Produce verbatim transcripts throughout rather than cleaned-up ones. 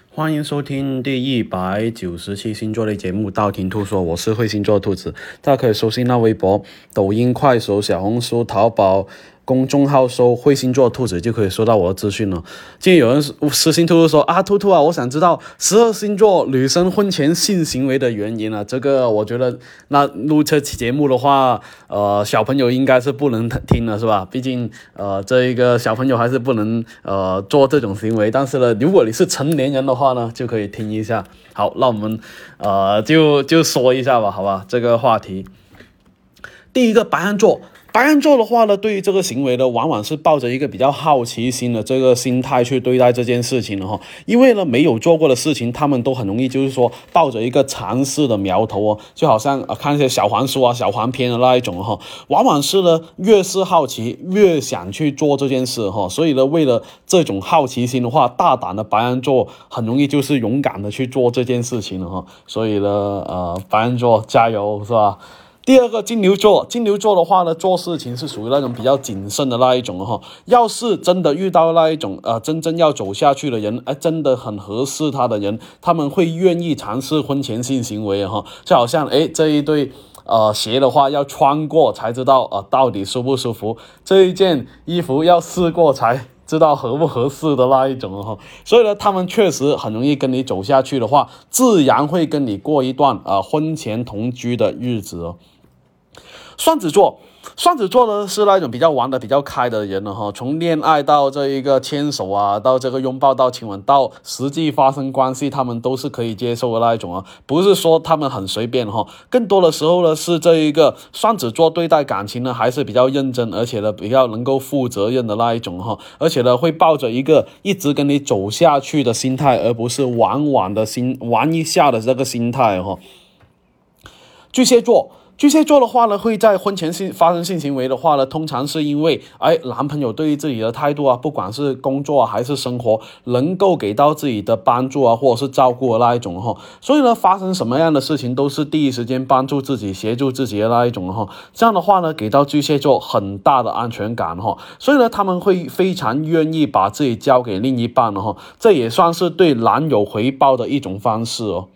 欢迎收听第一百九十期星座类节目《道听途说》，我是会星座兔子。大家可以搜新浪微博、抖音、快手、小红书、淘宝公众号搜会星座兔子就可以收到我的资讯了。今天有人私信兔兔说啊，兔兔啊，我想知道十二星座女生婚前性行为的原因啊。这个我觉得那录这期节目的话，呃，小朋友应该是不能听了，是吧？毕竟呃，这一个小朋友还是不能呃做这种行为。但是呢，如果你是成年人的话呢，就可以听一下。好，那我们呃就就说一下吧，好吧？这个话题，第一个白羊座。白羊座的话呢，对于这个行为呢，往往是抱着一个比较好奇心的这个心态去对待这件事情的哈。因为呢，没有做过的事情，他们都很容易就是说抱着一个尝试的苗头哦，就好像、呃、看一些小黄书啊、小黄片的那一种哈。往往是呢，越是好奇，越想去做这件事哈。所以呢，为了这种好奇心的话，大胆的白羊座很容易就是勇敢的去做这件事情了哈。所以呢，呃，白羊座加油，是吧？第二个金牛座，金牛座的话呢，做事情是属于那种比较谨慎的那一种哈。要是真的遇到那一种呃真正要走下去的人，哎，真的很合适他的人，他们会愿意尝试婚前性行为哈。就好像哎这一对呃鞋的话，要穿过才知道呃到底舒不舒服，这一件衣服要试过才知道合不合适的那一种哈。所以呢，他们确实很容易跟你走下去的话，自然会跟你过一段啊、呃、婚前同居的日子哦。双子座，双子座呢是那种比较玩的比较开的人了哈，从恋爱到这一个牵手啊，到这个拥抱到亲吻，到实际发生关系，他们都是可以接受的那一种啊，不是说他们很随便哈，更多的时候呢是这一个双子座对待感情呢还是比较认真，而且呢比较能够负责任的那一种哈，而且呢会抱着一个一直跟你走下去的心态，而不是玩玩的心玩一下的这个心态哈。巨蟹座。巨蟹座的话呢，会在婚前性发生性行为的话呢，通常是因为哎，男朋友对于自己的态度啊，不管是工作啊还是生活，能够给到自己的帮助啊，或者是照顾的那一种哈。所以呢，发生什么样的事情都是第一时间帮助自己、协助自己的那一种哈。这样的话呢，给到巨蟹座很大的安全感哈。所以呢，他们会非常愿意把自己交给另一半哈。这也算是对男友回报的一种方式哦。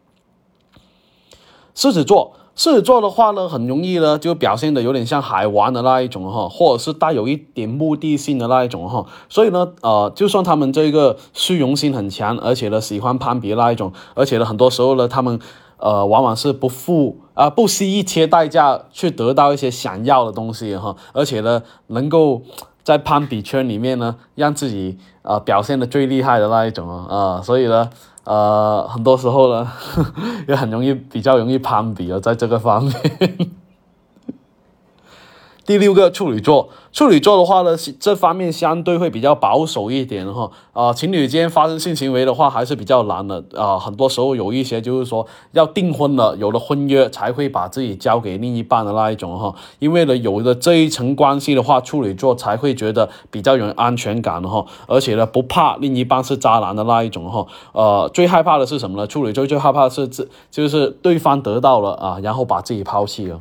狮子座。狮子座的话呢，很容易呢就表现的有点像海王的那一种哈，或者是带有一点目的性的那一种哈。所以呢，呃，就算他们这个虚荣心很强，而且呢喜欢攀比的那一种，而且呢很多时候呢他们呃往往是不付啊、呃、不惜一切代价去得到一些想要的东西哈，而且呢能够在攀比圈里面呢让自己呃表现的最厉害的那一种啊、呃，所以呢。呃，很多时候呢，呵呵也很容易比较容易攀比哦，在这个方面。第六个处女座，处女座的话呢，这方面相对会比较保守一点哈。啊、呃，情侣间发生性行为的话，还是比较难的啊、呃。很多时候有一些就是说要订婚了，有了婚约才会把自己交给另一半的那一种哈。因为呢，有了这一层关系的话，处女座才会觉得比较有安全感哈，而且呢，不怕另一半是渣男的那一种哈。呃，最害怕的是什么呢？处女座最害怕的是自就是对方得到了啊，然后把自己抛弃了。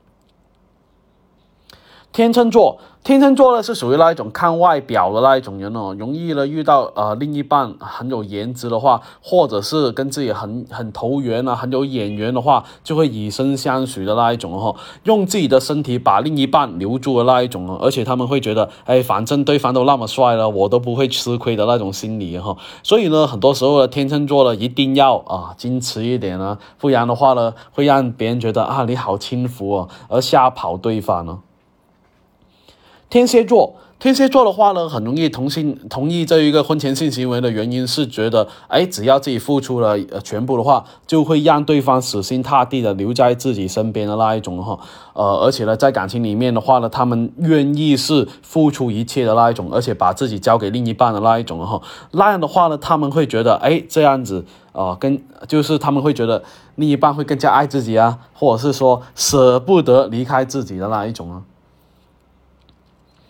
天秤座，天秤座呢是属于那一种看外表的那一种人哦，容易呢遇到呃另一半很有颜值的话，或者是跟自己很很投缘啊，很有眼缘的话，就会以身相许的那一种哦，用自己的身体把另一半留住的那一种哦，而且他们会觉得，哎，反正对方都那么帅了，我都不会吃亏的那种心理哈、哦。所以呢，很多时候呢，天秤座呢一定要啊矜持一点啊，不然的话呢，会让别人觉得啊你好轻浮哦，而吓跑对方呢。天蝎座，天蝎座的话呢，很容易同性同意这一个婚前性行为的原因是觉得，哎，只要自己付出了、呃、全部的话，就会让对方死心塌地的留在自己身边的那一种哈。呃，而且呢，在感情里面的话呢，他们愿意是付出一切的那一种，而且把自己交给另一半的那一种哈。那样的话呢，他们会觉得，哎，这样子啊、呃，跟就是他们会觉得另一半会更加爱自己啊，或者是说舍不得离开自己的那一种啊。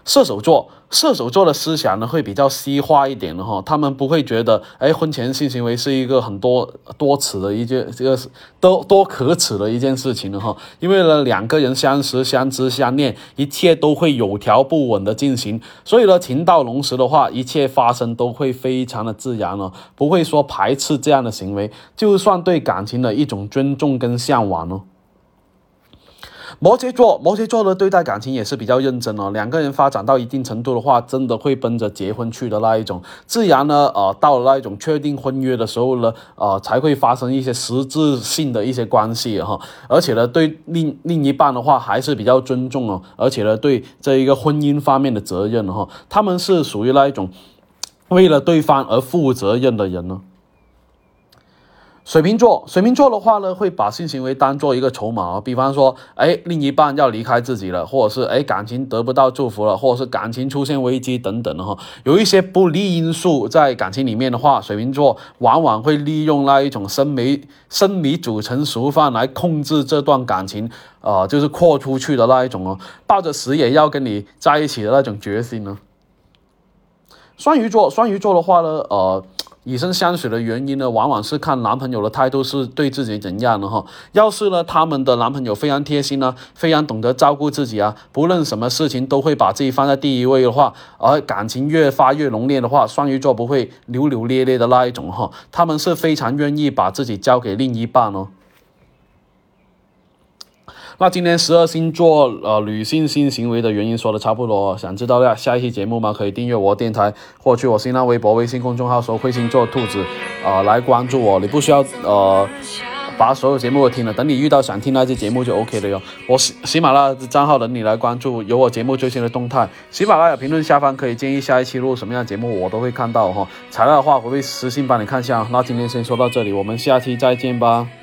射手座，射手座的思想呢会比较西化一点的哈，他们不会觉得哎婚前性行为是一个很多多耻的一件这个多多可耻的一件事情的哈，因为呢两个人相识相知相恋，一切都会有条不紊的进行，所以呢情到浓时的话，一切发生都会非常的自然了，不会说排斥这样的行为，就算对感情的一种尊重跟向往呢。摩羯座，摩羯座的对待感情也是比较认真哦。两个人发展到一定程度的话，真的会奔着结婚去的那一种。自然呢，呃，到了那一种确定婚约的时候呢，呃，才会发生一些实质性的一些关系哈。而且呢，对另另一半的话还是比较尊重哦。而且呢，对这一个婚姻方面的责任哈，他们是属于那一种为了对方而负责任的人呢。水瓶座，水瓶座的话呢，会把性行为当做一个筹码，比方说，哎，另一半要离开自己了，或者是哎感情得不到祝福了，或者是感情出现危机等等的哈，有一些不利因素在感情里面的话，水瓶座往往会利用那一种生米生米煮成熟饭来控制这段感情，呃，就是扩出去的那一种哦，抱着死也要跟你在一起的那种决心呢。双鱼座，双鱼座的话呢，呃。以身相许的原因呢，往往是看男朋友的态度是对自己怎样的哈。要是呢，他们的男朋友非常贴心呢，非常懂得照顾自己啊，不论什么事情都会把自己放在第一位的话，而感情越发越浓烈的话，双鱼座不会扭扭咧咧的那一种哈，他们是非常愿意把自己交给另一半哦。那今天十二星座呃女性性行为的原因说的差不多，想知道下一期节目吗？可以订阅我电台，或去我新浪微博、微信公众号搜会星座兔子，呃来关注我。你不需要呃把所有节目都听了，等你遇到想听那期节目就 OK 了哟。我喜喜马拉雅的账号等你来关注，有我节目最新的动态。喜马拉雅评论下方可以建议下一期录什么样的节目，我都会看到哈。材料的话我会私信帮你看一下。那今天先说到这里，我们下期再见吧。